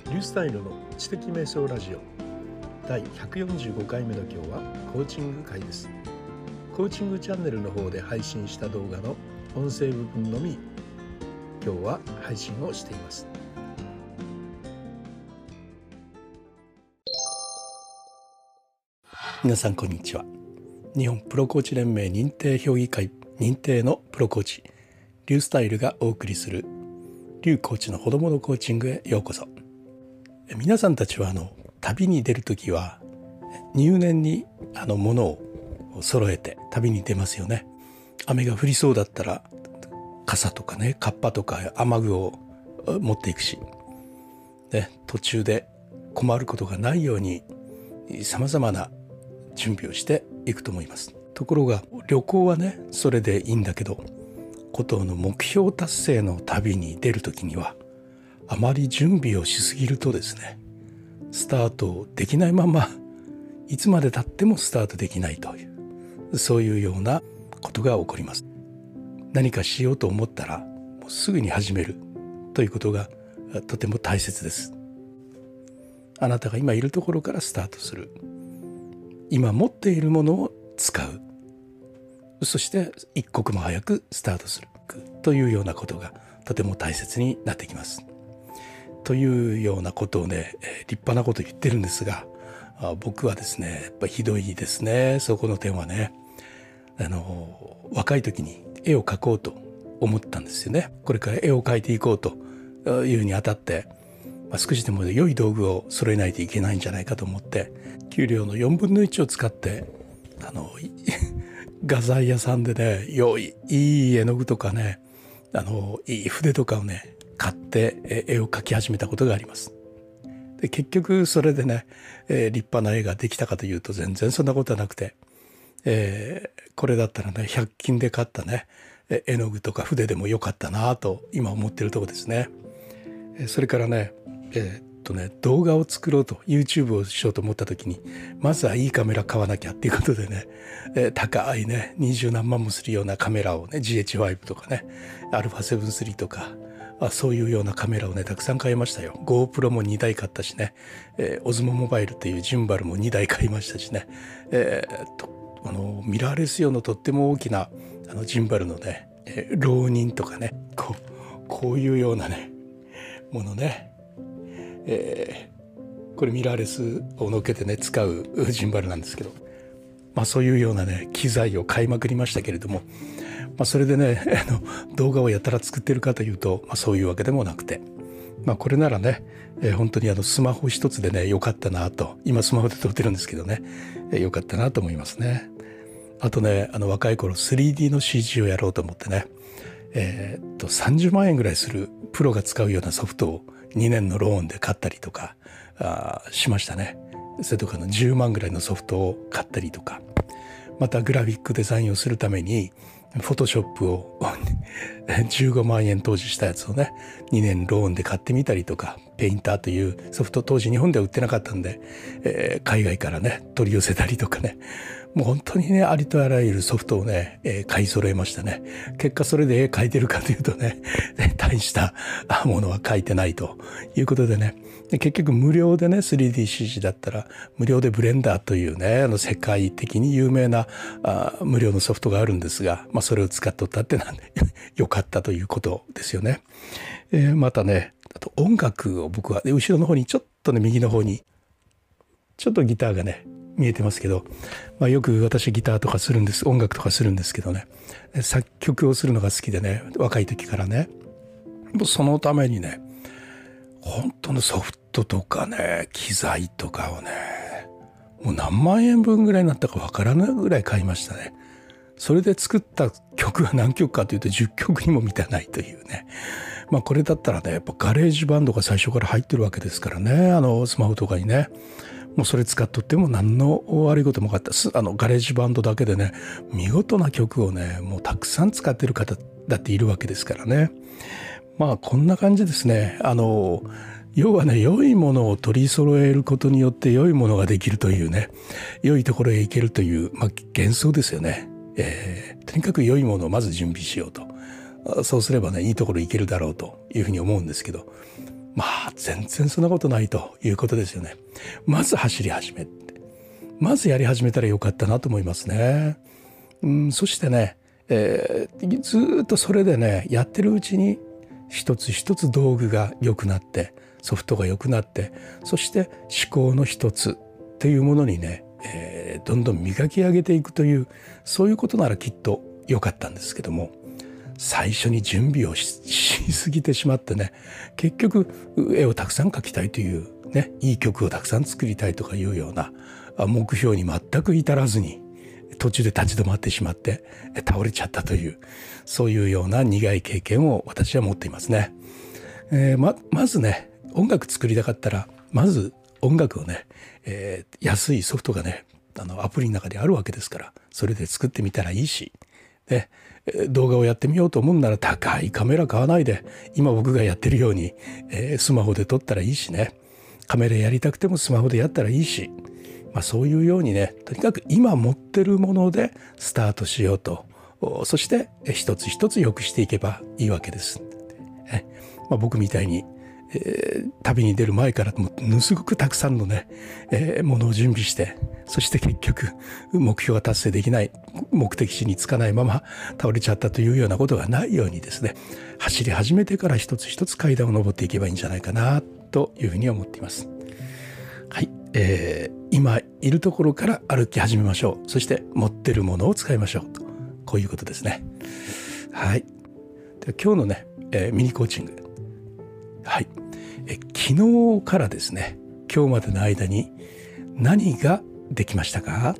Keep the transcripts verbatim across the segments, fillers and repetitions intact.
リュースタイルの知的瞑想ラジオだいひゃくよんじゅうごかいめの今日はコーチング会です。コーチングチャンネルの方で配信した動画の音声部分のみ今日は配信をしています。皆さんこんにちは。日本プロコーチ連盟認定評議会認定のプロコーチリュースタイルがお送りするリュウコーチのほどものコーチングへようこそ。皆さんたちはあの旅に出るときは入念にあの物を揃えて旅に出ますよね。雨が降りそうだったら傘とかね、カッパとか雨具を持っていくし、で途中で困ることがないようにさまざまな準備をしていくと思います。ところが旅行はねそれでいいんだけど、ことの目標達成の旅に出るときにはあまり準備をしすぎるとですね、スタートできないままいつまで経ってもスタートできないという、そういうようなことが起こります。何かしようと思ったらもうすぐに始めるということがとても大切です。あなたが今いるところからスタートする、今持っているものを使う、そして一刻も早くスタートするというようなことがとても大切になってきます。というようなことをね、立派なこと言ってるんですが、僕はですねやっぱひどいですね、そこの点はね。あの若い時に絵を描こうと思ったんですよね。これから絵を描いていこうというにあたって、まあ、少しでも良い道具を揃えないといけないんじゃないかと思って、給料のよんぶんのいちを使ってあの画材屋さんでね、良いいい絵の具とかね、あのいい筆とかをね買って絵を描き始めたことがあります。で結局それでね、えー、立派な絵ができたかというと全然そんなことはなくて、えー、これだったらねひゃく均で買ったね絵の具とか筆でもよかったなと今思ってるところですね。それからね、えー、っとね動画を作ろうと YouTube をしようと思った時に、まずはいいカメラ買わなきゃっていうことでね、えー、高いね二十何万もするようなカメラをね ジーエイチファイブ とかね アルファセブンスリー とか、あそういうようなカメラをねたくさん買いましたよ。 GoPro もにだい買ったしね、えー、オズモモバイルというジンバルもにだい買いましたしね、えー、っとあのミラーレス用のとっても大きなあのジンバルのね、えー、浪人とかね、こう、こういうようなねものね、えー、これミラーレスを乗っけてね使うジンバルなんですけど、まあそういうようなね機材を買いまくりましたけれども、まあ、それでねあの動画をやたら作ってるかというと、まあ、そういうわけでもなくて、まあ、これならね、えー、本当にあのスマホ一つでねよかったなと、今スマホで撮ってるんですけどね、えー、よかったなと思いますね。あとね、あの若い頃 スリーディー の シージー をやろうと思ってね、えー、っとさんじゅうまんえんぐらいするプロが使うようなソフトをにねんのローンで買ったりとかあしましたね。それとかのじゅうまんぐらいのソフトを買ったりとか、またグラフィックデザインをするためにフォトショップをじゅうごまんえん当時したやつをねにねんローンで買ってみたりとか、ペインターというソフト当時日本では売ってなかったんで、えー、海外からね取り寄せたりとかね、もう本当にねありとあらゆるソフトをね、えー、買い揃えましたね。結果それで絵描いてるかというとね大したものは描いてないということでね、で結局無料でね スリーディーシージー だったら無料でブレンダーというねあの世界的に有名なあ無料のソフトがあるんですが、まあ、それを使っとったってなんでよかったということですよね。えー、またね、あと音楽を僕は後ろの方にちょっとね右の方にちょっとギターがね見えてますけど、まあ、よく私ギターとかするんです、音楽とかするんですけどね、作曲をするのが好きでね、若い時からね、もうそのためにね本当のソフトとかね機材とかをねもう何万円分ぐらいになったかわからないぐらい買いましたね。それで作った曲は何曲かというとじゅっきょくにも満たないというね、まあこれだったらねやっぱガレージバンドが最初から入ってるわけですからね、あのスマホとかにね、もうそれ使っとっても何の悪いこともなかった。あのガレージバンドだけでね見事な曲をねもうたくさん使ってる方だっているわけですからね。まあこんな感じですね。あの要はね良いものを取り揃えることによって良いものができるというね、良いところへ行けるという、まあ、幻想ですよね。えー、とにかく良いものをまず準備しようと、そうすればねいいところ行けるだろうというふうに思うんですけど、 まあ全然そんなことないということですよね。まず走り始めて、まずやり始めたらよかったなと思いますね。うん、そしてね、えー、ずーっとそれでねやってるうちに一つ一つ道具が良くなって、ソフトが良くなって、そして思考の一つっていうものにね、えー、どんどん磨き上げていくという、そういうことならきっと良かったんですけども、最初に準備を し, しすぎてしまってね、結局絵をたくさん描きたいというね、いい曲をたくさん作りたいとかいうような目標に全く至らずに、途中で立ち止まってしまって倒れちゃったという、そういうような苦い経験を私は持っていますね。えー、ま, まずね、音楽作りたかったらまず音楽をね、えー、安いソフトがね、あのアプリの中であるわけですから、それで作ってみたらいいし、で動画をやってみようと思うなら高いカメラ買わないで、今僕がやってるように、えー、スマホで撮ったらいいしね、カメラやりたくてもスマホでやったらいいし、まあ、そういうようにね、とにかく今持ってるものでスタートしようと、そして一つ一つ良くしていけばいいわけです。え、まあ、僕みたいに、えー、旅に出る前からものすごくたくさんのね、えー、ものを準備して、そして結局目標が達成できない、目的地に着かないまま倒れちゃったというようなことがないようにですね、走り始めてから一つ一つ階段を登っていけばいいんじゃないかなというふうに思っています。はい、えー、今いるところから歩き始めましょう。そして持ってるものを使いましょうと、こういうことですね。はい。で今日のね、えー、ミニコーチング、はい、え昨日からですね、今日までの間に何ができましたか？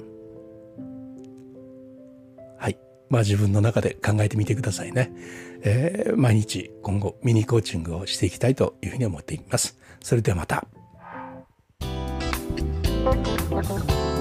はい、まあ自分の中で考えてみてくださいね。えー、毎日今後ミニコーチングをしていきたいというふうに思っています。それではまた。